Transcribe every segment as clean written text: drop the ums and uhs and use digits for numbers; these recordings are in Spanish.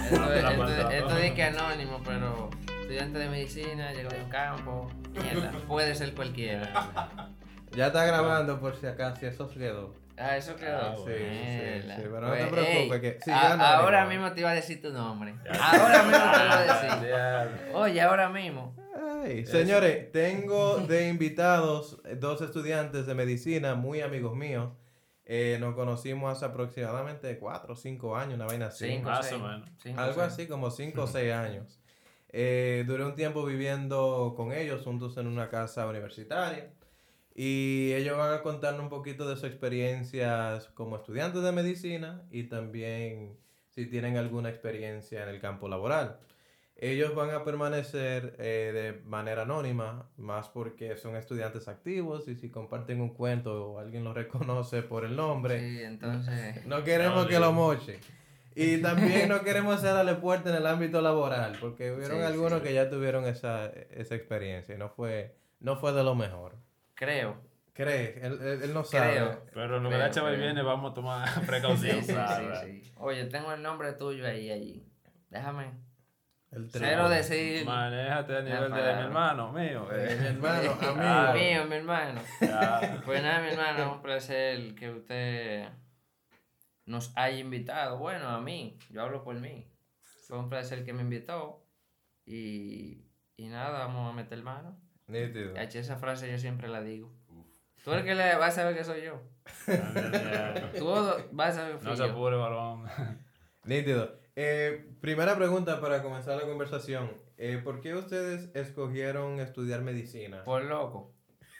Esto es que anónimo, pero estudiante de medicina, llegó de un campo, mierda, puede ser cualquiera. Ya está grabando por si acaso, si eso quedó. Ah, eso quedó. Sí, Mierda. pero no Pues, te preocupes ey, que... Sí, ahora mismo te iba a decir tu nombre. Ahora mismo te iba a decir. Oye, ahora mismo. Ay, señores, tengo de invitados dos estudiantes de medicina, muy amigos míos. Nos conocimos hace aproximadamente 4 o 5 años, una vaina así. 5, Más 6. o menos. Algo así como 5 o 6 años. Duré un tiempo viviendo con ellos juntos en una casa universitaria. Y ellos van a contarnos un poquito de sus experiencias como estudiantes de medicina y también si tienen alguna experiencia en el campo laboral. Ellos van a permanecer de manera anónima, más porque son estudiantes activos y si comparten un cuento o alguien los reconoce por el nombre, Sí, entonces. no queremos que lo mochen. Y también no queremos cerrarle puerta en el ámbito laboral, porque hubieron Sí, algunos sí. que ya tuvieron esa experiencia y no fue de lo mejor. Creo. ¿Crees? Él no sabe. Creo. Pero en lo que la chava viene, vamos a tomar precaución. Sí. claro. Oye, tengo el nombre tuyo allí. Déjame. El Cero decir. Manéjate a nivel de mi palabra. hermano, mío. Mi hermano, Ah, amigo. Mío, mi hermano. Ya. Pues nada, mi hermano, un placer que usted nos haya invitado. Bueno, a mí, yo hablo por mí. Fue un placer que me invitó. Y nada, vamos a meter mano. Nítido. Esa frase yo siempre la digo. Tú eres el que le vas a saber que soy yo. Tú vas a saber que fui No se yo. apure, balón. Nítido. Primera pregunta para comenzar la conversación. ¿Por qué ustedes escogieron estudiar medicina? Por loco.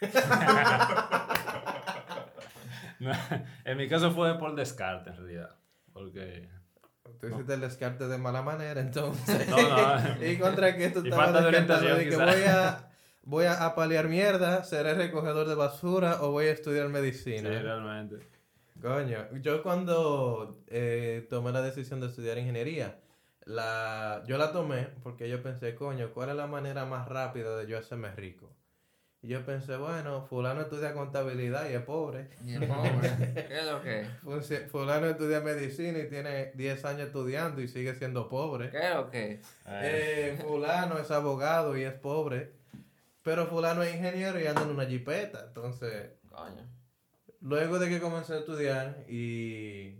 No, en mi caso fue por descarte, en realidad. Porque. Tú hiciste el descarte de mala manera, entonces. No. ¿Y contra qué tú Y estabas falta de descartando? orientación, De que quizás. voy a paliar mierda, seré recogedor de basura o voy a estudiar Sí, medicina. realmente. Coño, yo cuando tomé la decisión de estudiar ingeniería, yo la tomé porque yo pensé, coño, ¿cuál es la manera más rápida de yo hacerme rico? Y yo pensé, bueno, fulano estudia contabilidad y es pobre. Y el pobre. ¿Qué es lo que? Fulano estudia medicina y tiene 10 años estudiando y sigue siendo pobre. ¿Qué es lo que? Fulano es abogado y es pobre. Pero fulano es ingeniero y anda en una jipeta. Entonces, Coño. luego de que comencé a estudiar y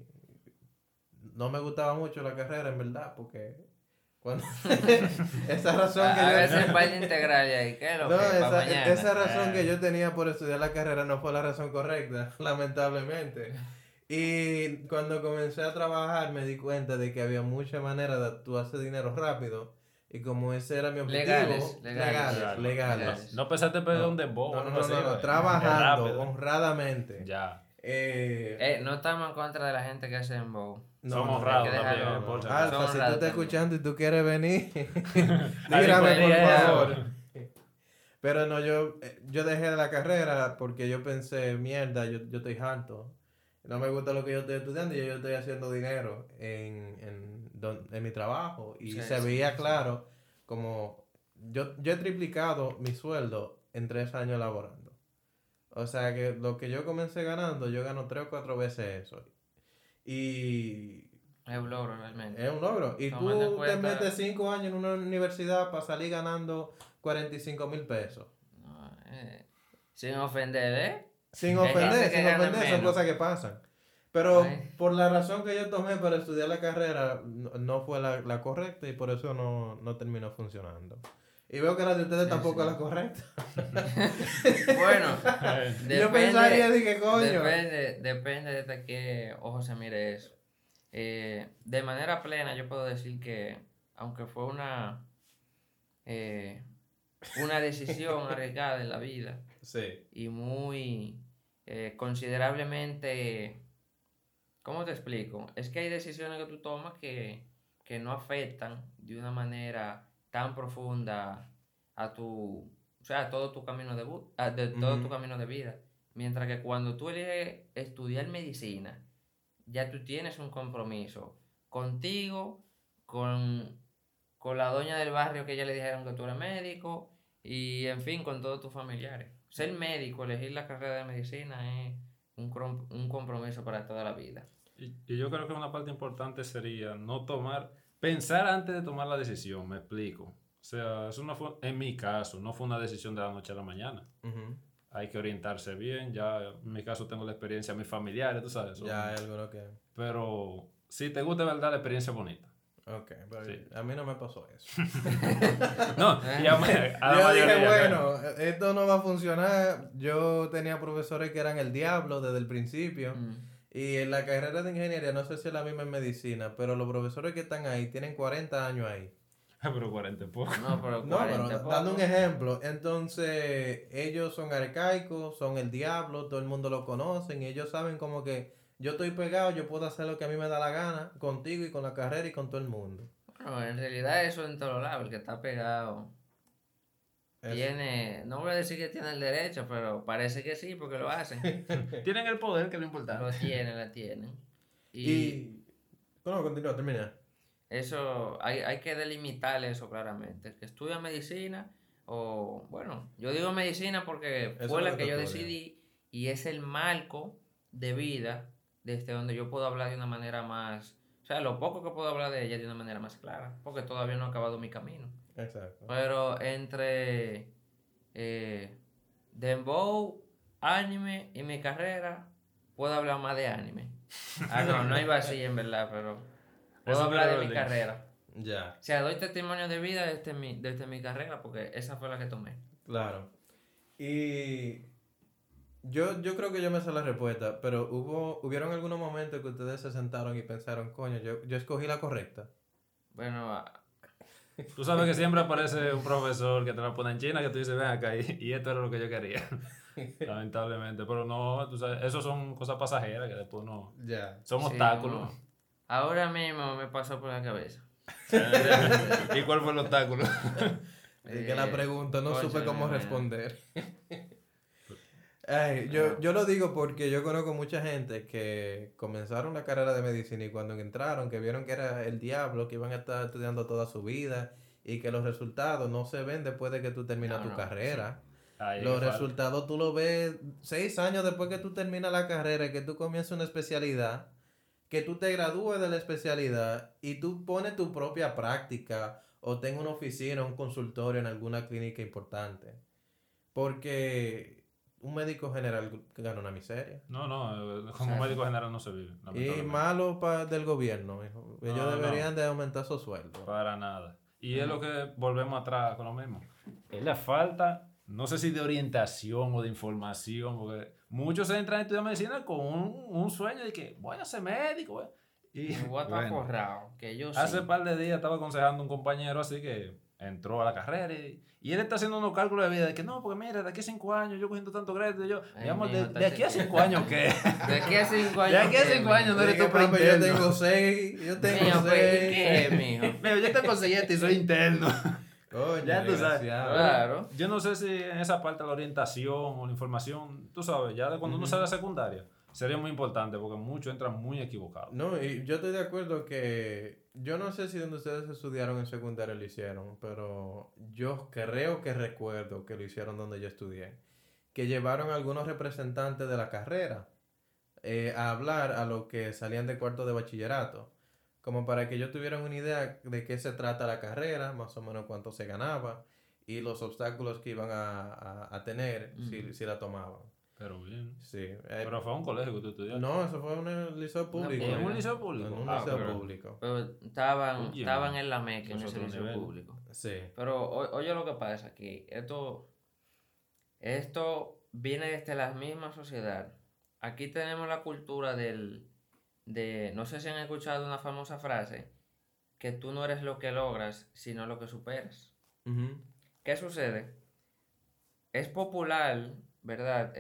no me gustaba mucho la carrera, en verdad, porque cuando esa razón que A yo veces el par de integral y ahí. ¿Qué es lo no, que? Pa' esa mañana. razón que yo tenía por estudiar la carrera no fue la razón correcta, lamentablemente. Y cuando comencé a trabajar me di cuenta de que había muchas maneras de tú hacer dinero rápido. Y como ese era mi objetivo, legales. No pensaste pegar un dembow. No, trabajando Rápido. honradamente. Ya. No estamos en contra de la gente que hace dembow. Somos hay honrados que dejarlo. también, por si Alfa, acaso. Son si tú honrados estás también. escuchando y tú quieres venir, Ay, tírame pues, por yeah. favor. Pero no, yo dejé la carrera porque yo pensé, mierda, yo estoy harto. No me gusta lo que yo estoy estudiando y yo estoy haciendo dinero en mi trabajo. Y Sí, se sí, veía sí. claro como yo he triplicado mi sueldo en 3 años laborando. O sea que lo que yo comencé ganando, yo gano 3 o 4 veces eso. Y Es un logro realmente. es un logro. Y Tomando en tú te cuenta- metes 5 años en una universidad para salir ganando 45,000 pesos. No, sin ofender, ¿eh? Sin Hay gente ofender, que sin gana ofender, son menos. cosas que pasan. Pero Ay. por la razón que yo tomé para estudiar la carrera, no fue la correcta y por eso no terminó funcionando. Y veo que la de ustedes Sí, tampoco sí. es la correcta. Bueno, Yo pensaría, dije, coño. Depende de hasta qué ojo se mire eso. De manera plena yo puedo decir que aunque fue una decisión arriesgada en la vida Sí. y muy considerablemente, ¿cómo te explico? Es que hay decisiones que tú tomas que no afectan de una manera tan profunda a todo tu camino todo tu camino de vida. Mientras que cuando tú eliges estudiar medicina, ya tú tienes un compromiso contigo, con la doña del barrio que ya le dijeron que tú eres médico y en fin, con todos tus familiares. Ser médico, elegir la carrera de medicina es un compromiso para toda la vida. Y yo creo que una parte importante sería no tomar pensar antes de tomar la decisión, me explico. O sea, eso no fue, en mi caso, no fue una decisión de la noche a la mañana. Ujú. Hay que orientarse bien. Ya en mi caso tengo la experiencia, mis familiares, tú sabes. Ya hay alguno que... Pero si te gusta, de verdad, la experiencia es bonita. Ok, pero Sí. a mí no me pasó eso. No, y a la Yo dije, mayoría, bueno, esto no va a funcionar. Yo tenía profesores que eran el diablo desde el principio. Y en la carrera de ingeniería, no sé si es la misma en medicina, pero los profesores que están ahí tienen 40 años ahí. Pero 40 es poco. No, pero No, 40 pero poco. dando un ejemplo, entonces ellos son arcaicos, son el diablo, todo el mundo lo conocen y ellos saben como que yo estoy pegado, yo puedo hacer lo que a mí me da la gana, contigo y con la carrera y con todo el mundo. Bueno, en realidad eso en todos lados, el que está pegado Eso. tiene, no voy a decir que tiene el derecho, pero parece que sí, porque lo hacen. Tienen el poder, que es lo importante. Lo tienen. Y... Bueno, continúa, termina. Eso, hay que delimitar eso claramente. El que estudia medicina, o bueno, yo digo medicina porque Eso fue es la lo que que yo tú decidí y es el marco de vida desde donde yo puedo hablar de una manera más, o sea, lo poco que puedo hablar de ella de una manera más clara, porque todavía no he acabado mi camino. Exacto. Pero entre Dembow, anime y mi carrera, puedo hablar más de anime. Ah, no iba así en verdad, pero puedo Eso hablar te de lo mi digo. carrera. Ya, O sea, doy testimonio de vida desde mi carrera porque esa fue la que tomé. claro. Y yo creo que yo me sé la respuesta, pero hubieron algunos momentos que ustedes se sentaron y pensaron, coño, yo escogí la correcta. Bueno, Tú sabes que siempre aparece un profesor que te la pone en China que tú dices, ven acá, y esto era lo que yo quería. Lamentablemente. Pero no, tú sabes, eso son cosas pasajeras que después no. Ya. Son sí, obstáculos. no. Ahora mismo me pasó por la cabeza. ¿Y cuál fue el obstáculo? Es que la pregunta no supe cónchale, cómo bueno. responder. Ay, yo lo digo porque yo conozco mucha gente que comenzaron la carrera de medicina y cuando entraron, que vieron que era el diablo, que iban a estar estudiando toda su vida y que los resultados no se ven después de que tú terminas tu carrera. Ay, Los qué falta. resultados tú los ves 6 años después que tú terminas la carrera y que tú comienzas una especialidad, que tú te gradúes de la especialidad y tú pones tu propia práctica o tengas una oficina, un consultorio en alguna clínica importante. Porque un médico general gana una miseria. No, como Exacto. médico general no se vive. Y lamentablemente. malo del gobierno, hijo. Ellos No, deberían de aumentar su sueldo. Para nada. Y es lo que volvemos atrás con lo mismo. Es la falta, no sé si de orientación o de información, porque muchos entran a estudiar medicina con un sueño de que voy a ser médico. Güey. Y Me voy a estar bueno, forrado, que yo hace sí. un par de días estaba aconsejando a un compañero así que entró a la carrera y él está haciendo unos cálculos de vida de que no, porque mira, de aquí a 5 años yo cogiendo tanto crédito, yo, Ay, mi amor, mijo, de aquí a está 5 años, ¿qué? De aquí a 5 años. De aquí a ¿qué, 5 años no eres Dije, tú "Papi, yo preinterno". tengo 6, yo tengo Mío, pues, ¿y 6. qué, mijo? Mira, yo tengo 6 y soy interno. Coño, Ya tú sabes. desgraciado. Claro. Yo no sé si en esa parte la orientación o la información, tú sabes, ya de cuando uno sale a la secundaria, sería muy importante porque muchos entran muy equivocados. No, y yo estoy de acuerdo que yo no sé si donde ustedes estudiaron en secundaria lo hicieron, pero yo creo que recuerdo que lo hicieron donde yo estudié, que llevaron a algunos representantes de la carrera a hablar a los que salían de cuarto de bachillerato, como para que ellos tuvieran una idea de qué se trata la carrera, más o menos cuánto se ganaba y los obstáculos que iban a tener si la tomaban. Pero bien. Sí. Pero fue a un colegio que tú estudiaste. No, eso fue en un liceo público. ¿En un liceo público? En un Ah, liceo pero- público. Pero estaban Oye, en la meca en es ese otro liceo nivel. público. Sí. Pero oye lo que pasa aquí. Esto viene desde la misma sociedad. Aquí tenemos la cultura no sé si han escuchado una famosa frase, que tú no eres lo que logras, sino lo que superas. Ujú. ¿Qué sucede? Es popular, ¿verdad?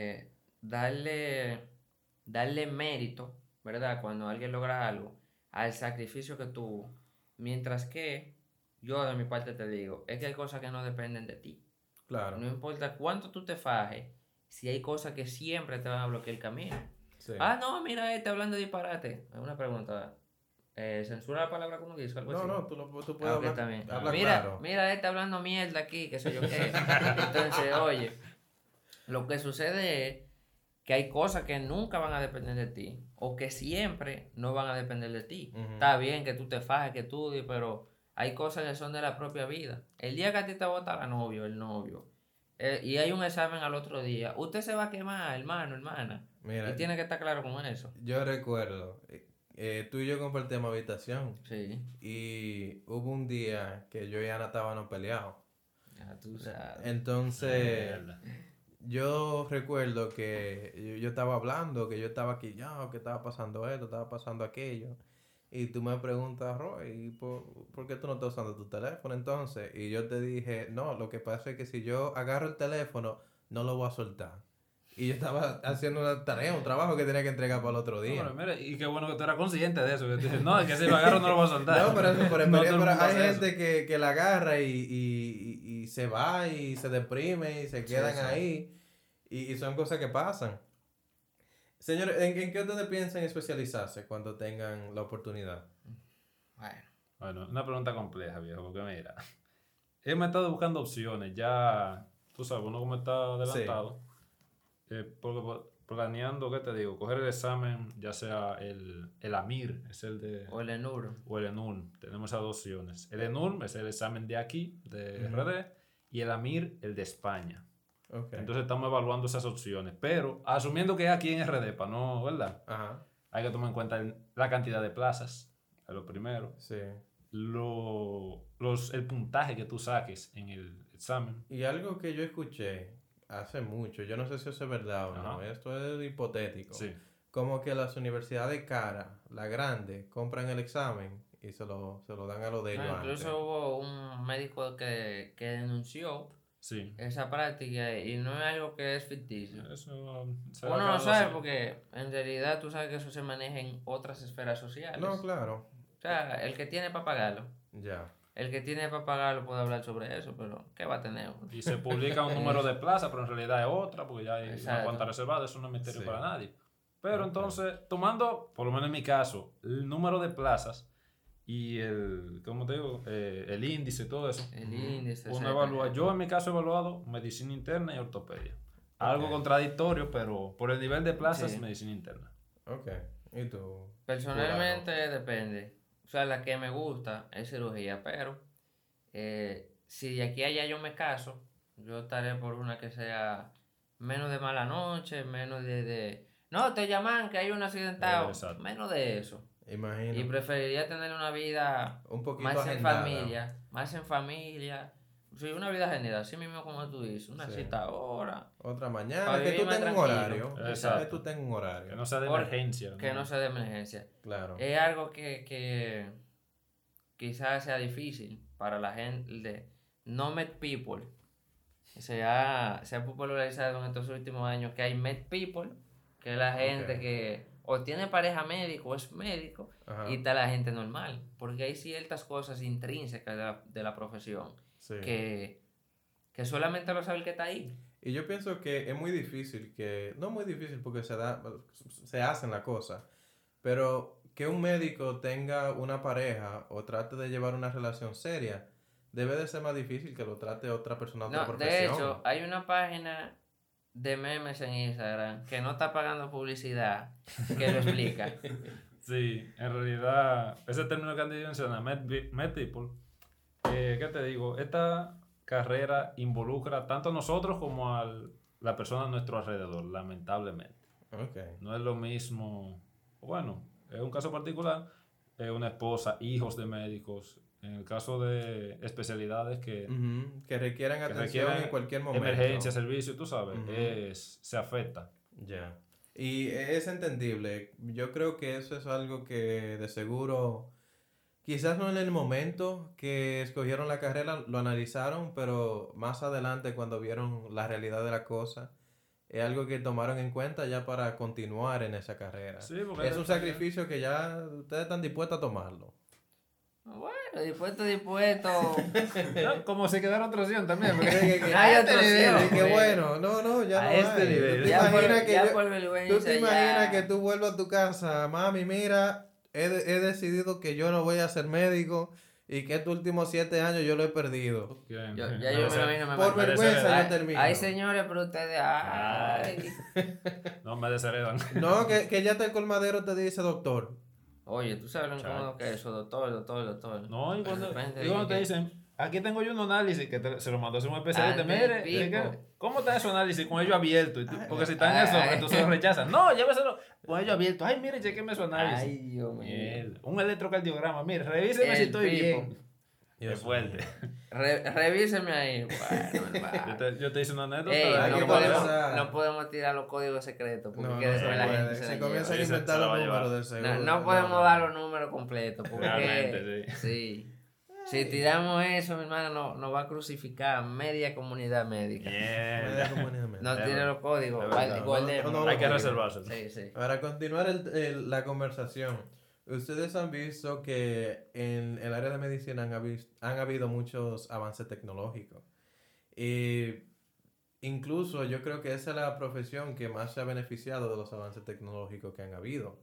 Darle mérito, ¿verdad? Cuando alguien logra algo, al sacrificio que tuvo. Mientras que yo de mi parte te digo, es que hay cosas que no dependen de ti. Claro. No importa cuánto tú te fajes, si hay cosas que siempre te van a bloquear el camino. Sí. Ah, no, mira, hablando de disparate. Es una pregunta. ¿Censura la palabra que uno dice? Algo No, así. no, tú puedes Ah, ok, hablar, está bien. habla Mira, claro. mira, está hablando mierda aquí, qué sé yo qué. Entonces, oye, lo que sucede es que hay cosas que nunca van a depender de ti. o que siempre no van a depender de ti. Ujú. Está bien que tú te fajes, que estudies, pero hay cosas que son de la propia vida. El día que a ti te bota la novio, el novio, y hay un examen al otro día, usted se va a quemar, hermano, hermana. Mira, Y tiene que estar claro con eso. yo recuerdo, tú y yo compartimos habitación Sí, y hubo un día que yo y Ana estábamos peleados. ya tú sabes. Entonces, Mierda. yo recuerdo que yo estaba hablando, que yo estaba quillado, que estaba pasando esto, estaba pasando aquello. Y tú me preguntas, Roy, ¿por qué tú no estás usando tu teléfono entonces? Y yo te dije, no, lo que pasa es que si yo agarro el teléfono, no lo voy a soltar. Y yo estaba haciendo una tarea, un trabajo que tenía que entregar para el otro No, día. pero mira, y qué bueno que tú eras consciente de eso. Que tú dices, no, es que si lo agarro no lo voy a soltar. No, pero eso por No todo el experiencia, mundo pero hay hace eso. gente que la agarra y se va y se deprime y se quedan sí. ahí. Y son cosas que pasan. Señores, ¿en qué ustedes piensan especializarse cuando tengan la oportunidad? Bueno, Bueno, una pregunta compleja, viejo, porque mira, he estado buscando opciones, ya, tú sabes, uno como está adelantado, planeando, ¿qué te digo? Coger el examen, ya sea el AMIR, es el de, o el ENUR. o el ENURM, tenemos esas dos opciones. El ENURM es el examen de aquí, de Ujú. RD, y el AMIR, el de España. Ok. Entonces estamos evaluando esas opciones, pero asumiendo que es aquí en RD, para no, ¿verdad? Ajá, Hay que tomar en cuenta la cantidad de plazas, es lo primero. sí. El puntaje que tú saques en el examen. Y algo que yo escuché hace mucho, yo no sé si eso es verdad o no, Ajá. esto es hipotético. Sí. Como que las universidades caras, la grande, compran el examen y se lo dan a los de ellos No, antes. incluso hubo un médico que denunció Sí. esa práctica y no es algo que es ficticio. Eso se Uno ha no quedado sabe así. porque en realidad tú sabes que eso se maneja en otras esferas sociales. No, claro, O sea, el que tiene para pagarlo. ya. El que tiene para pagarlo puede hablar sobre eso, pero ¿qué va a tener? Y se publica un número de plazas, pero en realidad es otra, porque ya hay una Exacto. cuanta reservada, eso no es misterio Sí. para nadie. Pero Ok. entonces, tomando, por lo menos en mi caso, el número de plazas y el, ¿cómo te digo? El índice y todo eso, El índice. uno etcétera. evalúa, yo en mi caso he evaluado medicina interna y ortopedia. Algo Ok. contradictorio, pero por el nivel de plazas, Sí. medicina interna. Ok. ¿Y tú? Personalmente depende. O sea, la que me gusta es cirugía, pero si de aquí a allá yo me caso, yo estaré por una que sea menos de mala noche, menos de... No, te llaman que hay un accidentado, Exacto. menos de eso. Imagino. Y preferiría tener una vida Un poquito más agendada. más en familia. Sí, una vida general, así mismo como tú dices, una Sí. cita ahora, Otra mañana, para que vivir tú más tengas un tranquilo. horario. Exacto. Que tú tengas un horario. Que no sea de Por- emergencia. que ¿no? no sea de emergencia. Claro. Es algo que quizás sea difícil para la gente de no med people. Se ha popularizado en estos últimos años que hay med people, que es la gente Ok. que o tiene pareja médico o es médico, Ajá. y está la gente normal. Porque hay ciertas cosas intrínsecas de la profesión Sí. que solamente lo sabe el que está ahí. Y yo pienso que es muy difícil no muy difícil porque se hacen las cosas, pero que un médico tenga una pareja o trate de llevar una relación seria, debe de ser más difícil que lo trate otra persona de otra No, de profesión. hecho, hay una página de memes en Instagram que no está pagando publicidad que lo explica. Sí, en realidad, ese término que Andy menciona, med people, ¿qué te digo? Esta carrera involucra tanto a nosotros como a la persona a nuestro alrededor, lamentablemente. Okay. No es lo mismo, bueno, es un caso particular, una esposa, hijos de médicos, en el caso de especialidades que Ujú, que requieran que atención requieran en cualquier momento. emergencia, servicio, tú sabes, Ujú. se afecta. Ya. Y es entendible. Yo creo que eso es algo que de seguro, quizás no en el momento que escogieron la carrera lo analizaron, pero más adelante cuando vieron la realidad de la cosa, es algo que tomaron en cuenta ya para continuar en esa carrera. Sí, porque Es un sacrificio que ya ustedes están dispuestos a tomarlo. Bueno, dispuesto. No, como se quedaron otra opción también. Que- Hay a otra este opción, nivel, que güey. bueno, no, ya A no este hay. nivel. ¿Tú te Ya por, imaginas que ya yo- por ¿Tú vergüenza, te imaginas ya. que tú vuelvas a tu casa, mami, mira, he decidido que yo no voy a ser médico y que estos últimos 7 años yo lo he perdido. ¿Quién? Ya yo me lo imagino. Por vergüenza yo termino. Ay, señores, pero ustedes... Ay. No me desheredan. No, que ya el colmadero te dice doctor. Oye, tú sabes lo incómodo que es eso, doctor. No, y De cuando repente te dije, dicen, aquí tengo yo un análisis que se lo mandó a hacer un especialista. Ande, Mire, pipo. ¿cómo está su análisis con ello abierto? Y tú- porque si está en ay, eso, ay. entonces lo rechazan. No, lléveselo con ello abierto. Ay, mire, chequeme su análisis. Ay, Dios mío. Mierda. Un electrocardiograma. Mire, revíseme si El estoy pipo. bien. Dios Es fuerte. Revíseme ahí. Bueno, hermano. Yo te hice una anécdota. Ey, Hay que no, comenzar. no podemos tirar los códigos secretos porque No, que no después se la puede. gente se Se la comienza a lleva. Sí, inventar se la los va a llevar. números del seguro. No podemos dar los números completos porque Realmente, sí. Si tiramos eso, mi hermano, nos va a crucificar media comunidad médica. Media Mierda. comunidad. No tire los códigos, Es verdad. guardemos. No, Hay que reservarse. Sí. Para continuar la conversación, ustedes han visto que en el área de medicina han habido muchos avances tecnológicos. Y incluso yo creo que esa es la profesión que más se ha beneficiado de los avances tecnológicos que han habido.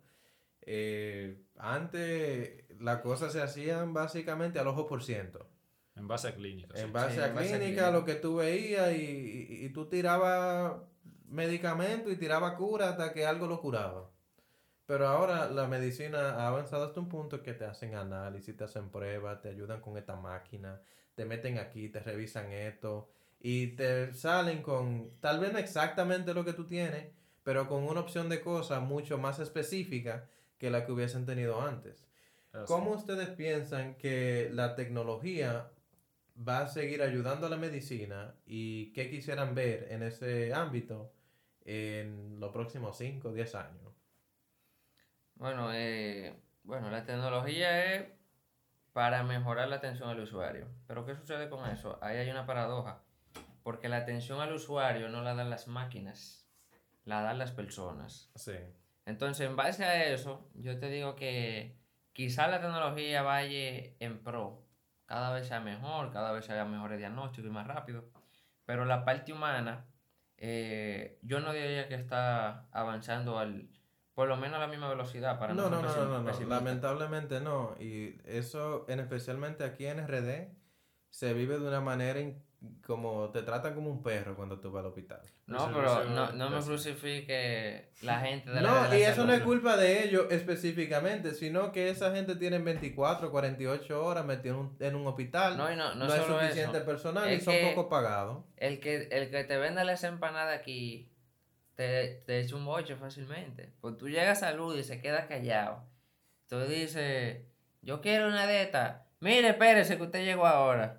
Antes las cosas se hacían básicamente al ojo por ciento. En base a clínicas. En base a en base a clínica, clínica. lo que tú veías y tú tirabas medicamento y tirabas cura hasta que algo lo curaba. Pero ahora la medicina ha avanzado hasta un punto que te hacen análisis, te hacen pruebas, te ayudan con esta máquina, te meten aquí, te revisan esto y te salen con tal vez no exactamente lo que tú tienes, pero con una opción de cosas mucho más específica que la que hubiesen tenido antes. Así. ¿Cómo ustedes piensan que la tecnología va a seguir ayudando a la medicina y qué quisieran ver en ese ámbito en los próximos 5 o 10 años? Bueno, la tecnología es para mejorar la atención al usuario. Pero ¿qué sucede con eso? Ahí hay una paradoja. Porque la atención al usuario no la dan las máquinas, la dan las personas. Sí. Entonces, en base a eso, yo te digo que quizá la tecnología vaya en pro. Cada vez sea mejor, cada vez se haga mejores diagnósticos y más rápido. Pero la parte humana, yo no diría que está avanzando por lo menos a la misma velocidad para No, ser no. pesimista. Lamentablemente no. Y eso, especialmente aquí en RD, se vive de una manera como te tratan como un perro cuando tú vas al hospital. No, El pero servicio no me básico. crucifique la gente de No, la y eso no es salud. culpa de ellos específicamente, sino que esa gente tiene 24, 48 horas metidos en un hospital. No, y no hay solo suficiente eso. personal Es y son que poco pagados. El que te venda las empanadas aquí te echa un boche fácilmente. Pues tú llegas a salud y se queda callado. Tú dices, yo quiero una de estas. Mire, espérese que usted llegó ahora.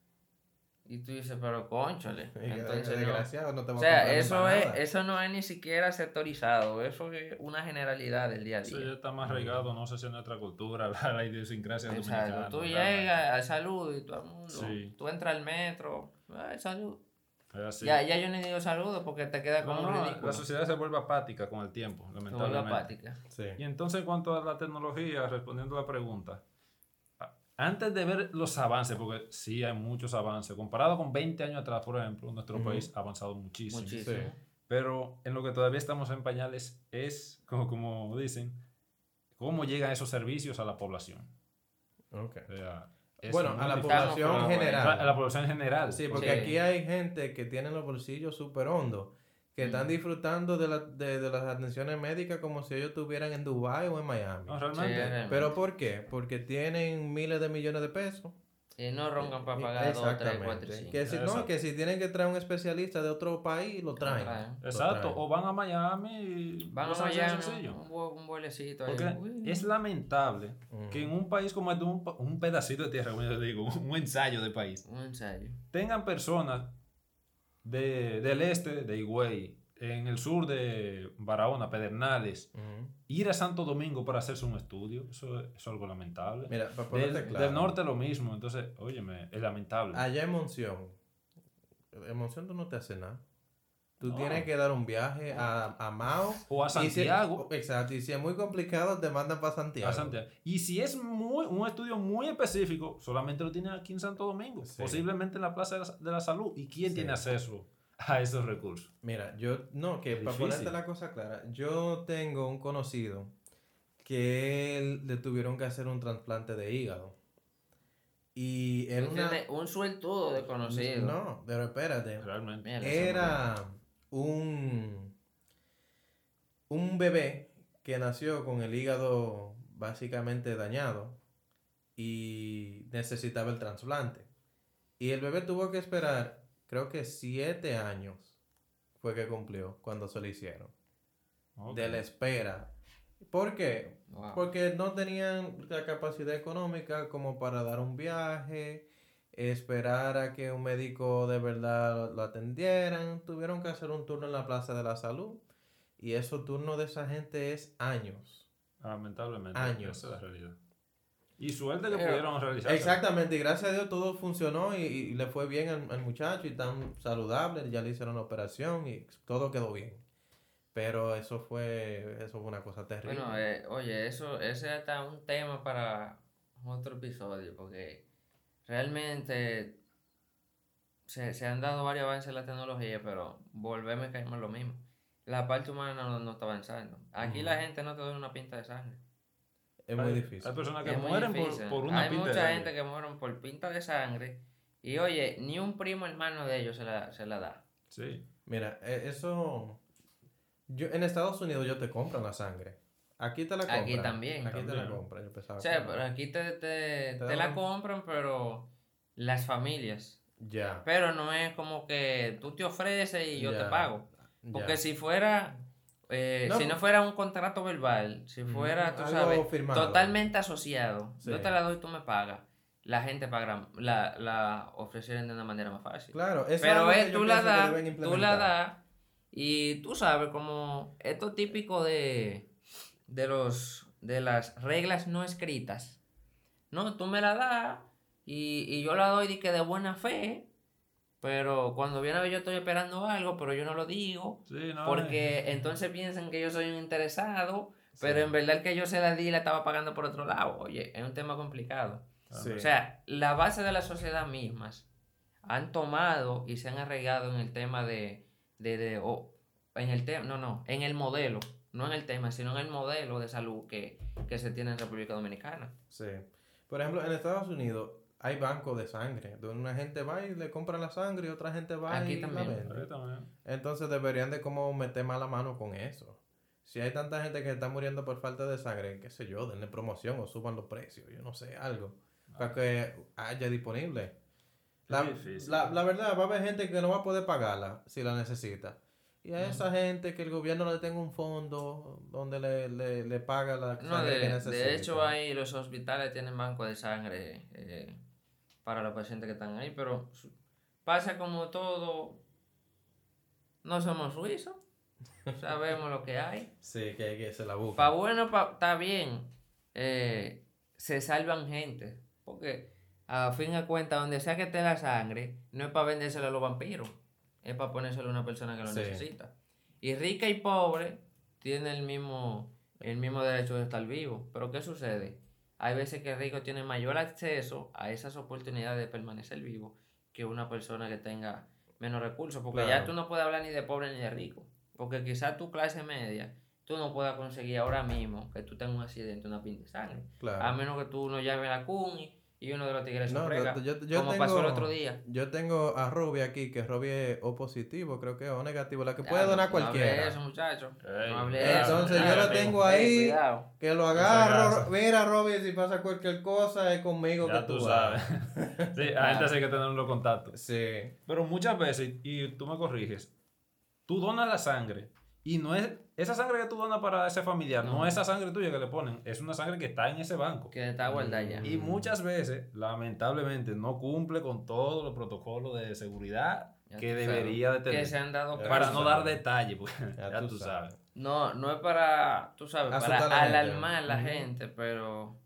Y tú dices, pero cónchale. Entonces, no. Desgraciado, no te O va a sea, comprar eso no es ni siquiera sectorizado. Eso es una generalidad del día a Eso día. ya está más arraigado, no sé si en nuestra cultura, la idiosincrasia dominicana. Exacto. Tú realmente. llegas al salud y todo el mundo. Sí. Tú entras al metro. Ay, salud. Es así. Ya yo ni digo saludo porque te queda como No, un no, ridículo. la sociedad se vuelve apática con el tiempo, Se vuelve lamentablemente. apática. Sí. Y entonces, en cuanto a la tecnología, respondiendo a la pregunta, antes de ver los avances, porque sí hay muchos avances, comparado con 20 años atrás, por ejemplo, nuestro país ha avanzado muchísimo. Muchísimo. Sí. Pero en lo que todavía estamos en pañales es, como dicen, cómo llegan esos servicios a la población. Ok. O sea, es Bueno, muy a la difícil. población Estamos, general. A la población en general. Sí, porque Sí. aquí hay gente que tiene los bolsillos súper hondos, que están disfrutando de las atenciones médicas como si ellos estuvieran en Dubái o en Miami. No, Sí, realmente. realmente. ¿Pero por qué? Porque tienen miles de millones de pesos. Y no roncan para pagar 2, 3, 4, 5. Que si, no, Exacto. que si tienen que traer un especialista de otro país, lo traen. Lo Exacto, traen. o van a Miami y Van a lo hacen Miami, sencillo. un vuelecito ahí. Porque Uy. es lamentable Ujú. que en un país como este, un pedacito de tierra, como yo digo, un ensayo de país, Un ensayo. tengan personas del este, de Higüey, en el sur de Barahona, Pedernales, Ujú. ir a Santo Domingo para hacerse un estudio, eso es algo lamentable. Mira, para ponerte Del, claro. del norte lo mismo, entonces, óyeme, es lamentable. Allá en Monción. En Monción tú no te haces nada. Tú No. tienes que dar un viaje a Mao. O a y si- Santiago. exacto. Y si es muy complicado, te mandan para Santiago. A Santiago. Y si es un estudio muy específico, solamente lo tiene aquí en Santo Domingo, Sí. posiblemente en la Plaza de la Salud. ¿Y quién Sí. tiene acceso a esos recursos? Mira, que Es para difícil. ponerte la cosa clara, yo tengo un conocido que él le tuvieron que hacer un trasplante de hígado. Y era Un suertudo desconocido. No, pero espérate. Realmente. Mira, Era un bebé que nació con el hígado básicamente dañado y necesitaba el trasplante. Y el bebé tuvo que esperar, creo que 7 años fue que cumplió cuando se lo hicieron. Ok. De la espera. ¿Por qué? Wow. Porque no tenían la capacidad económica como para dar un viaje, esperar a que un médico de verdad lo atendieran. Tuvieron que hacer un turno en la Plaza de la Salud. Y esos turnos de esa gente es años. Lamentablemente. Años. Esa es la realidad. Y suerte que Pero- pudieron realizar. Exactamente, y gracias a Dios todo funcionó y le fue bien al muchacho y tan saludable. Ya le hicieron la operación y todo quedó bien. Pero eso fue una cosa terrible. Bueno, oye, ese es hasta un tema para otro episodio, porque realmente se han dado varios avances en la tecnología, pero volvemos a caer en lo mismo. La parte humana no está avanzando. Aquí la gente no te da una pinta de sangre. Es muy difícil. Hay personas que Es muy mueren difícil. por una Hay pinta de mucha sangre. gente que mueren por pinta de sangre. Y oye, ni un primo hermano de ellos se la da. Sí. Mira, eso... en Estados Unidos yo te compran la sangre. Aquí te la compran. Aquí también. Aquí te la También. compran. Yo pensaba O sea, que no. pero aquí te dan la una- compran, pero las familias. Ya. Pero no es como que tú te ofreces y yo te Ya, pago. Porque ya. si fuera, No, si no fuera un contrato verbal, si fuera, tú algo sabes, firmado. totalmente asociado, Sí. yo te la doy y tú me pagas, la gente pagará, la ofrecerían de una manera más fácil. Claro, eso es Pero algo que yo tú la pienso que das, deben tú la implementar. das y tú sabes como esto típico de las reglas no escritas. No, tú me la das y yo la doy de buena fe, pero cuando viene a ver yo estoy esperando algo, pero yo no lo digo, Sí, no. porque entonces piensan que yo soy un interesado, pero Sí. en verdad el que yo se la di la estaba pagando por otro lado. Oye, es un tema complicado. Sí. O sea, la base de la sociedad mismas han tomado y se han arraigado en el tema en el tema, en el modelo, no en el tema, sino en el modelo de salud que se tiene en República Dominicana. Sí. Por ejemplo, en Estados Unidos hay bancos de sangre, donde una gente va y le compra la sangre y otra gente va Aquí y también. la vende. Ahí también. Entonces deberían de como meter más la mano con eso. Si hay tanta gente que está muriendo por falta de sangre, qué sé yo, denle promoción o suban los precios, yo no sé, algo, para que haya disponible. La difícil. verdad, va a haber gente que no va a poder pagarla si la necesita. Y a esa gente que el gobierno le tenga un fondo donde le paga la No, sangre que necesita. de hecho, ahí los hospitales tienen banco de sangre para los pacientes que están ahí, pero pasa como todo. No somos suizos, sabemos lo que hay. Sí, que se la busca. Pa' bueno, está bien, se salvan gente, porque a fin de cuentas, donde sea que esté la sangre, no es para vendérsela a los vampiros, es para ponérselo a una persona que lo Sí. necesita. Y rica y pobre tienen el mismo derecho de estar vivo. Pero ¿qué sucede? Hay veces que el rico tiene mayor acceso a esas oportunidades de permanecer vivo que una persona que tenga menos recursos. Porque Claro. ya tú no puedes hablar ni de pobre ni de rico. Porque quizás tu clase media, tú no puedas conseguir ahora mismo que tú tengas un accidente, una pinta de sangre. Claro. A menos que tú no llames a la CUNY y uno de los tigres se No, ofrezca, yo como pasó el otro día. Yo tengo a Robbie aquí, que Robbie es O positivo, creo que es, o negativo, la que puede Ya, donar no hable cualquiera. de eso, muchacho. Ey, No hable de eso. Entonces yo Cuidado, lo tengo ey, ahí, cuidado. que lo agarro. Mira, Robbie, si pasa cualquier cosa, es conmigo Ya que tú tú sabes. vas. Sí, a gente sí hay que tener los contactos. Sí, Pero muchas veces, y tú me corriges, tú donas la sangre y no es esa sangre que tú donas para ese familiar, no es esa sangre tuya que le ponen, es una sangre que está en ese banco. Que está guardada ya. Y muchas veces, lamentablemente, no cumple con todos los protocolos de seguridad Ya que tú debería de sabes. tener. Que se han dado Ya Para tú no sabes. dar detalles, porque Ya ya tú tú sabes. sabes. No es para, tú sabes, para Asustar a la gente. alarmar a la Ujú. gente, pero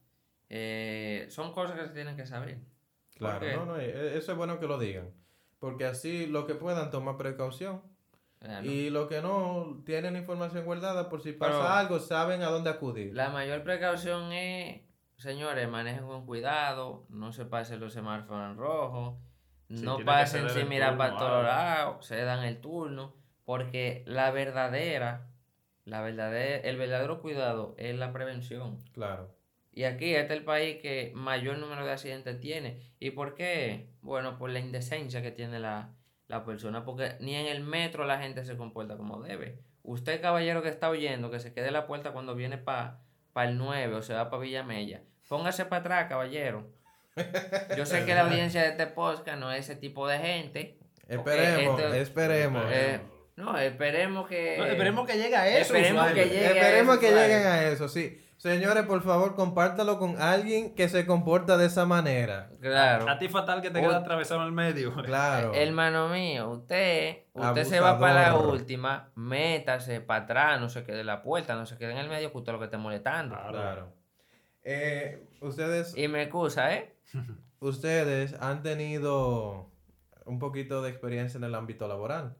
son cosas que se tienen que saber. claro, qué? no, eso es bueno que lo digan. Porque así lo que puedan tomar precaución. ¿No? Y lo que no, tienen información guardada por si pasa Pero- algo, saben a dónde acudir. La mayor precaución es, señores, manejen con cuidado, no se pasen los semáforos en rojo, Sí, no tiene que pasen ceder sin el mirar turno para a todos algo. lados, se dan el turno, porque el verdadero cuidado es la prevención. Claro. Y aquí este es el país que mayor número de accidentes tiene. ¿Y por qué? Bueno, por la indecencia que tiene la persona, porque ni en el metro la gente se comporta como debe. Usted, caballero que está oyendo, que se quede en la puerta cuando viene para el 9 o se va para Villamella, póngase para atrás, caballero. Yo sé que la audiencia de este podcast no es ese tipo de gente. Esperemos, Porque esperemos. no, esperemos que... No, esperemos que llegue a eso. Esperemos usuario. que llegue. Esperemos que Usuario. lleguen a eso, sí. Señores, por favor, compártalo con alguien que se comporta de esa manera. Claro. A ti fatal que te queda atravesado en el medio. Claro. Hermano mío, usted se va Abusador. para la última, métase para atrás, no se quede en la puerta, no se quede en el medio, que usted lo que esté molestando. Claro. Ustedes, Y me excusa, ustedes han tenido un poquito de experiencia en el ámbito laboral.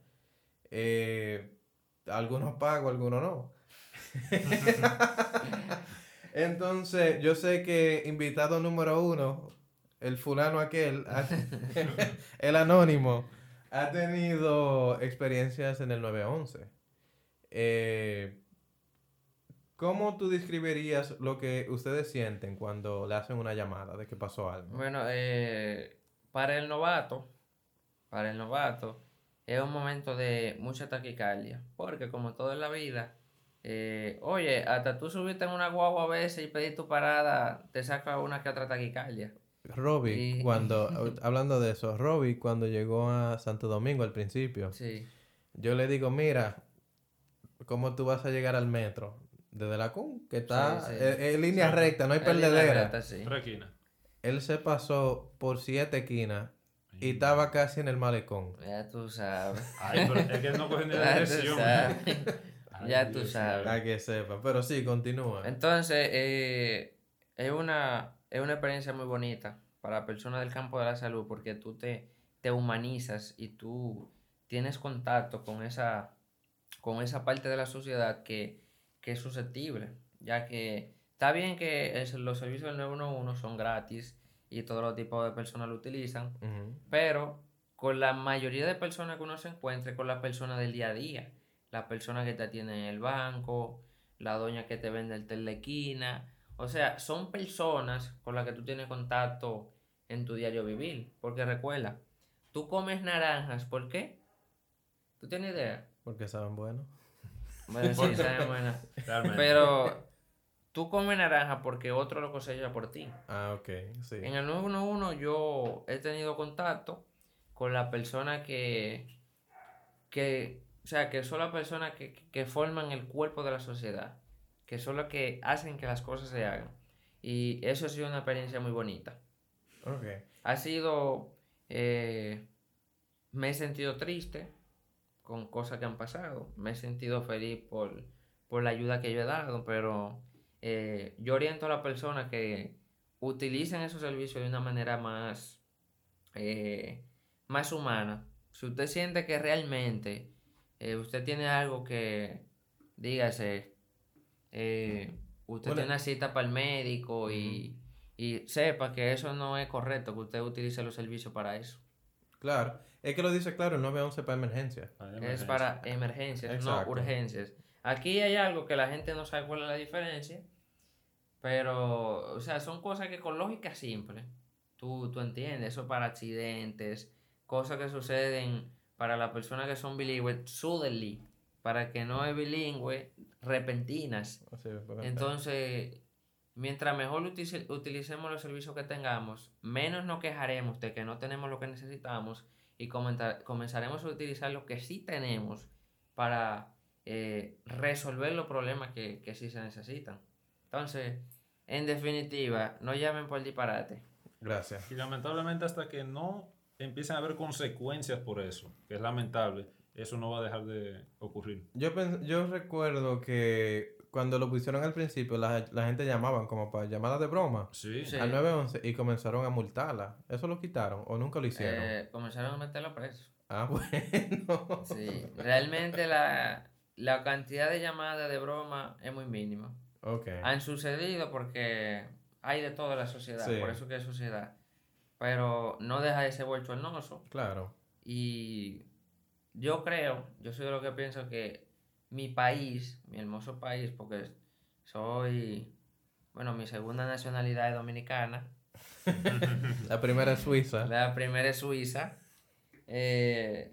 Algunos pago, algunos no. Entonces, yo sé que invitado número 1, el fulano aquel, el anónimo, ha tenido experiencias en el 911. ¿Cómo tú describirías lo que ustedes sienten cuando le hacen una llamada de que pasó algo? Bueno, para el novato, es un momento de mucha taquicardia, porque como todo en la vida, oye, hasta tú subirte en una guagua a veces y pedir tu parada, te saca una que otra taquicardia. Robbie, hablando de eso, Robbie cuando llegó a Santo Domingo al principio, Sí. yo le digo, mira, ¿cómo tú vas a llegar al metro? Desde la CUN, que está Sí, sí. en línea Sí. recta, no hay Es línea perdedera. recta, sí. 3 esquinas. Él se pasó por 7 esquinas y estaba casi en el malecón. Ya tú sabes. Ay, pero es que no cogen ni la Ya tú dirección. sabes. Ay, Ya tú Dios sabes. Para que sepa. Pero sí, continúa. Entonces, es una experiencia muy bonita para personas del campo de la salud porque tú te humanizas y tú tienes contacto con esa parte de la sociedad que es susceptible, ya que está bien que los servicios del 911 son gratis y todos los tipos de personas lo utilizan, Ujú. pero con la mayoría de personas que uno se encuentre, con las personas del día a día, las personas que te atienden en el banco, la doña que te vende el té en la esquina, o sea, son personas con las que tú tienes contacto en tu diario vivir, porque recuerda, tú comes naranjas, ¿por qué? ¿Tú tienes idea? Porque saben bueno. Bueno, sí, saben buena. Realmente. Pero tú comes naranja porque otro lo cosecha por ti. Ah, ok, sí. En el 911 yo he tenido contacto con las personas o sea, que son las personas que forman el cuerpo de la sociedad, que son las que hacen que las cosas se hagan. Y eso ha sido una experiencia muy bonita. Ok. Ha sido, me he sentido triste con cosas que han pasado, me he sentido feliz por la ayuda que yo he dado, pero yo oriento a las personas que utilicen esos servicios de una manera más humana. Si usted siente que realmente usted tiene algo que, dígase, usted Bueno. tiene una cita para el médico y sepa que eso no es correcto, que usted utilice los servicios para eso. Claro. Es que lo dice claro, el 911 para emergencia. Es para emergencias, Exacto. no urgencias. Aquí hay algo que la gente no sabe cuál es la diferencia, pero, o sea, son cosas que con lógica simple, tú entiendes, eso para accidentes, cosas que suceden para las personas que son bilingües, suddenly, para que no es bilingüe, repentinas. Así, por Entonces, mientras mejor utilicemos los servicios que tengamos, menos nos quejaremos de que no tenemos lo que necesitamos y comenzaremos a utilizar lo que sí tenemos para resolver los problemas que sí se necesitan. Entonces, en definitiva, no llamen por disparate. Gracias. Y lamentablemente hasta que no empiecen a haber consecuencias por eso, que es lamentable, eso no va a dejar de ocurrir. Yo recuerdo que cuando lo pusieron al principio, la gente llamaban como para llamadas de broma Sí. Sí. al 911 y comenzaron a multarla. ¿Eso lo quitaron o nunca lo hicieron? Comenzaron a meterlo preso. Ah, bueno. Sí, realmente la cantidad de llamadas de broma es muy mínima. Ok. Han sucedido porque hay de toda la sociedad, Sí. por eso que es sociedad. Pero no deja de ser bochornoso. Claro. Y yo soy de lo que pienso que mi hermoso país, porque Bueno, mi segunda nacionalidad es dominicana. La primera es Suiza. La primera es Suiza. Que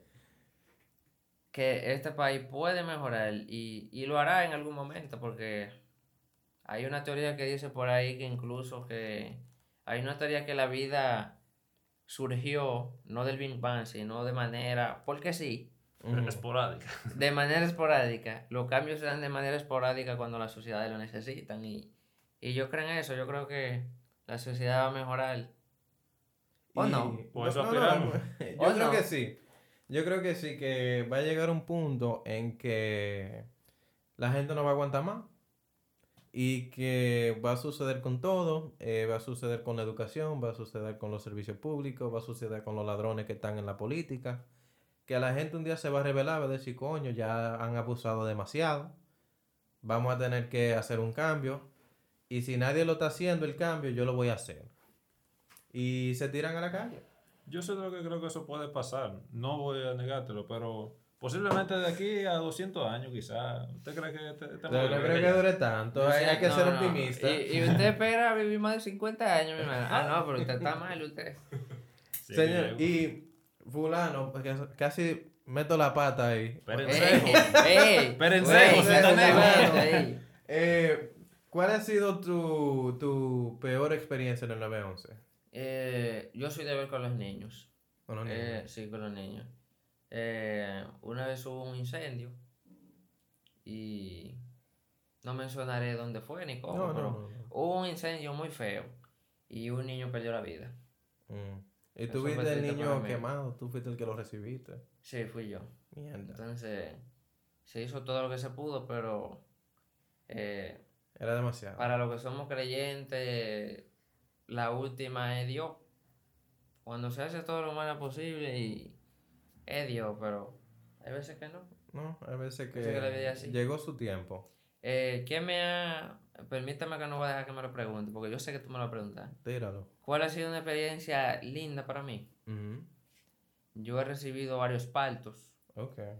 este país puede mejorar y lo hará en algún momento, porque hay una teoría que dice por ahí que incluso que hay una teoría que la vida surgió no del Big Bang, sino de manera, porque sí, Esporádica. de manera esporádica. Los cambios se dan de manera esporádica cuando las sociedades lo necesitan y yo creo en eso, yo creo que la sociedad va a mejorar. ¿O no? Por eso aspiramos. Yo creo que sí. Yo creo que sí, que va a llegar un punto en que la gente no va a aguantar más y que va a suceder con todo, va a suceder con la educación, va a suceder con los servicios públicos, va a suceder con los ladrones que están en la política, que a la gente un día se va a rebelar, va a decir, coño, ya han abusado demasiado, vamos a tener que hacer un cambio y si nadie lo está haciendo el cambio, yo lo voy a hacer. Y se tiran a la calle. Yo sé lo que creo que eso puede pasar. No voy a negártelo, pero posiblemente de aquí a 200 años quizás. ¿Usted cree que No creo que dure tanto, hay que ser optimista. Y usted espera vivir más de 50 años, mi hermano. Ah, no, pero usted está mal, usted. Sí, Señor, y fulano, porque casi meto la pata ahí. Espérense, José Tanejo. ¿Cuál ha sido tu peor experiencia en el 911? Yo soy de ver con los niños. Con los niños. Sí, con los niños. Una vez hubo un incendio y no mencionaré dónde fue ni cómo, pero hubo un incendio muy feo y un niño perdió la vida. ¿Y tú viste el niño quemado? ¿Tú fuiste el que lo recibiste? Sí, fui yo. Mierda. Entonces, se hizo todo lo que se pudo, pero era demasiado. Para los que somos creyentes, la última es Dios. Cuando se hace todo lo más posible y es Dios, pero hay veces que no. No, hay veces que la vida es así. Llegó su tiempo. Permítame que no voy a dejar que me lo pregunte, porque yo sé que tú me lo preguntas. Tíralo. ¿Cuál ha sido una experiencia linda para mí? Yo he recibido varios partos. Okay.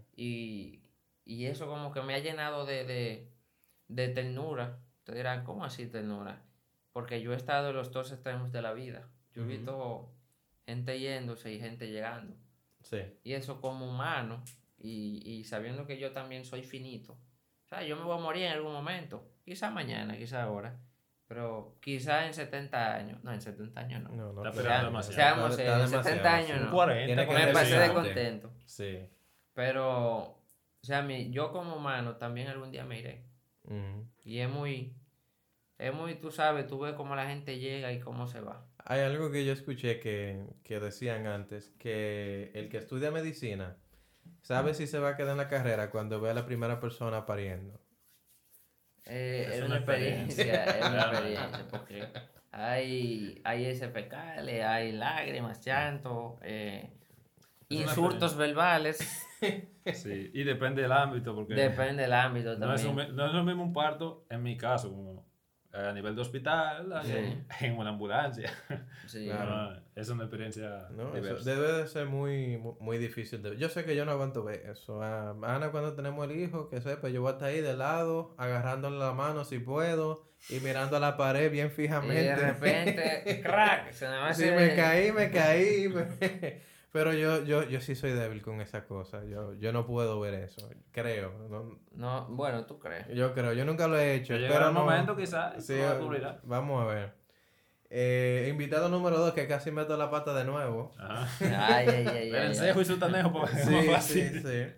Y eso como que me ha llenado de ternura. Ustedes dirán, ¿cómo así ternura? Porque yo he estado en los dos extremos de la vida. Yo he visto gente yéndose y gente llegando. Sí. Y eso como humano, y sabiendo que yo también soy finito. O sea, yo me voy a morir en algún momento. Quizá mañana, quizá ahora. Pero quizá en 70 años. No, en 70 años no. Está esperando demasiado. Seamos en 70 años no. 40, me pasé de contento. Sí. Pero, o sea, yo como humano también algún día me iré. Y es muy, tú sabes, tú ves cómo la gente llega y cómo se va. Hay algo que yo escuché que decían antes, que el que estudia medicina sabe si se va a quedar en la carrera cuando ve a la primera persona pariendo. Es una experiencia, porque hay heces fecales, hay lágrimas, llanto, insultos verbales. Sí, y depende del ámbito, porque depende del ámbito también. No es lo mismo un parto, en mi caso, como a nivel de hospital, en una ambulancia. Sí. Claro. Es una experiencia eso debe de ser muy, muy difícil. Yo sé que yo no aguanto ver eso. Ana, cuando tenemos el hijo, que sepa, yo voy a estar ahí de lado, agarrándole la mano si puedo y mirando a la pared bien fijamente. Y de repente, crack, se me va a hacer... Sí, me caí. Pero yo sí soy débil con esas cosas. Yo no puedo ver eso. Creo. No, bueno, tú crees. Yo creo. Yo nunca lo he hecho. Pero en un momento quizás. Sí, vamos a ver. Invitado número 2, que casi meto la pata de nuevo. Ay. Ensejo y su tanejo. Sí.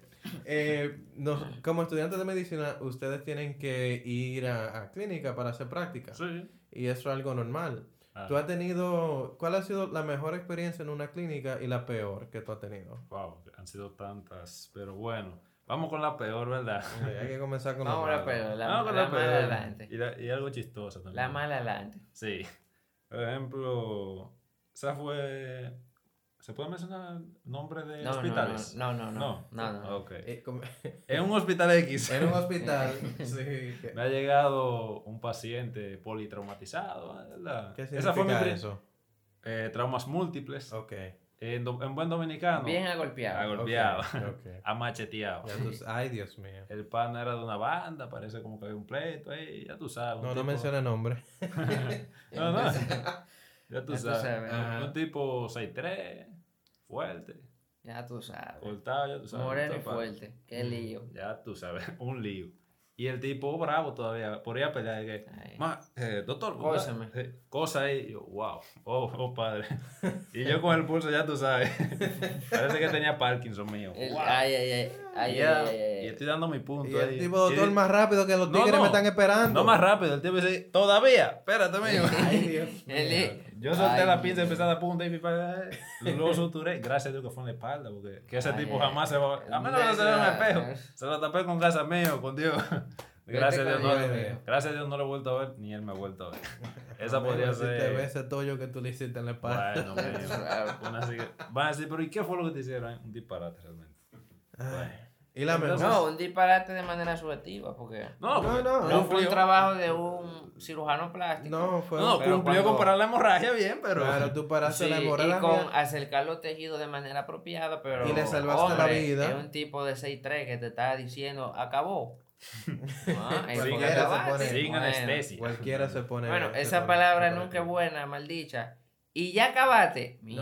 Como estudiantes de medicina, ustedes tienen que ir a clínica para hacer práctica. Sí. Y eso es algo normal. ¿Tú has tenido... ¿Cuál ha sido la mejor experiencia en una clínica y la peor que tú has tenido? Wow, han sido tantas. Pero bueno, vamos con la peor, ¿verdad? Hay que comenzar con la peor. La mala adelante. Y algo chistoso también. La mala adelante. Sí. Por ejemplo, esa fue... ¿Se puede mencionar nombre de hospitales? No. Okay. En un hospital X. En un hospital, sí. Me ha llegado un paciente politraumatizado, ¿verdad? ¿Qué significa eso? Traumas múltiples. Ok. En buen dominicano. Bien agolpeado. Agolpeado. Ok. Amacheteado. Ay, Dios mío. El pan era de una banda, parece como que había un pleito ahí, ya tú sabes. No mencione nombre. No. Ya tú tú sabes. sabes, ajá. Un tipo 6'3", fuerte, Ya tú sabes. cortado, ya tú sabes. Moreno y papá. fuerte. Qué lío. Ya tú sabes, un lío. Y el tipo bravo todavía, por ir a pelear. Que, Ay. doctor, Cóseme. Cosa ahí. Y yo, wow, oh, padre. Y yo con el pulso, ya tú sabes. Parece que tenía Parkinson mío. Wow. Y estoy dando mi punto Y el ahí. tipo, doctor, Y- más rápido que los tigres No, me están esperando. No más rápido, el tipo dice, todavía, espérate, mío. Ay, Dios mío. Yo solté Ay, la pinza, Dios. empecé a dar punta y luego suturé. Gracias a Dios que fue en la espalda, porque que ese Ay, tipo ay, jamás se va. A menos que no se vea en el espejo. Se lo tapé con casa mío, con Dios. Gracias a Dios, con no, Dios. gracias a Dios no lo he vuelto a ver, ni él me ha vuelto a ver. Esa Amigo, podría si te ve ser. ese tollo que tú le hiciste en la espalda. Bueno, van a decir, pero ¿y qué fue lo que te hicieron? Un disparate realmente. Bueno. Y la Entonces- mejor. No, un disparate de manera subjetiva, porque No, porque No, no fue un cumplió. trabajo de un cirujano plástico. No, fue. No, Pero cumplió cuando- con parar la hemorragia bien, pero. Claro, tú paraste Sí, la y hemorragia. con acercar los tejidos de manera apropiada, pero Y le salvaste la hombre, vida. es un tipo de 6'3" que te está diciendo, acabó. Ah, es porque Cualquiera se acabaste. pone- Sin Bueno. anestesia. Cualquiera se pone. Bueno, se esa pone- palabra se pone nunca es aquí. buena, maldicha. Y ya acabaste. Mierda,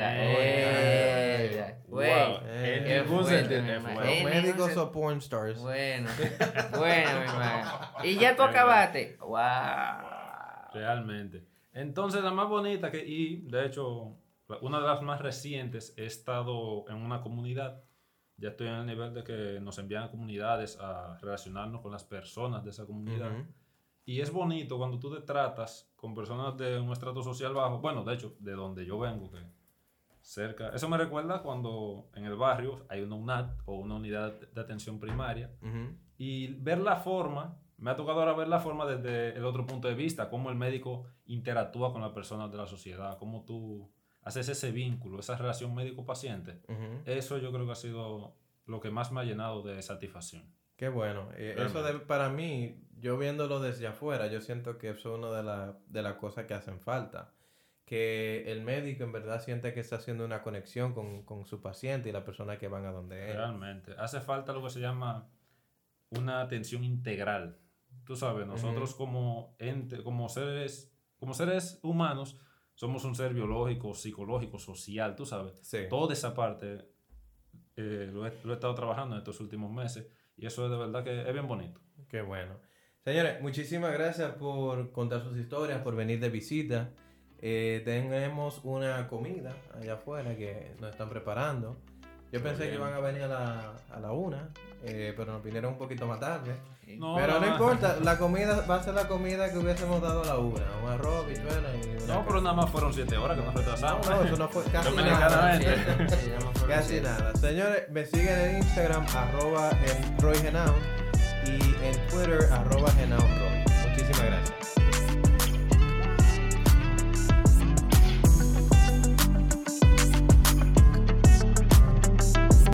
ay, güey. Wow. Eh, En qué ningún fuerte, sentido. mi Fue- hermano. Los En médicos ningún o porn stars. Bueno, bueno, mi hermano. Y ya tú acabaste. Wow. Realmente. Entonces, la más bonita y de hecho, una de las más recientes, he estado en una comunidad. Ya estoy en el nivel de que nos envían comunidades a relacionarnos con las personas de esa comunidad. Ujú. Y es bonito cuando tú te tratas con personas de un estrato social bajo. Bueno, de hecho, de donde yo vengo, que cerca. Eso me recuerda cuando en el barrio hay una UNAT o una unidad de atención primaria. Ujú. Y ver la forma, me ha tocado ahora ver la forma desde el otro punto de vista, cómo el médico interactúa con las personas de la sociedad, cómo tú haces ese vínculo, esa relación médico-paciente. Ujú. Eso yo creo que ha sido lo que más me ha llenado de satisfacción. Qué bueno. Eso para mí, yo viéndolo desde afuera, yo siento que eso es una de las cosas que hacen falta. Que el médico en verdad siente que está haciendo una conexión con su paciente y la persona que van a donde él. Realmente. Hace falta lo que se llama una atención integral. Tú sabes, nosotros como ente, como seres humanos, somos un ser biológico, psicológico, social, tú sabes. Sí. Toda esa parte lo he estado trabajando en estos últimos meses y eso es de verdad que es bien bonito. Qué bueno. Señores, muchísimas gracias por contar sus historias, por venir de visita. Tenemos una comida allá afuera que nos están preparando. Yo pensé bien. que iban a venir a la 1, pero nos vinieron un poquito más tarde. No, Pero no no, importa, la comida va a ser la comida que hubiésemos dado a la 1. Un arroz, bichuela y una No, pero nada más fueron 7 horas que nos retrasamos. No, eso no fue casi Dominicanamente. nada. Casi nada. Señores, me siguen en Instagram, @en Roy Genao, y en Twitter, @GenaoRoy. Muchísimas gracias.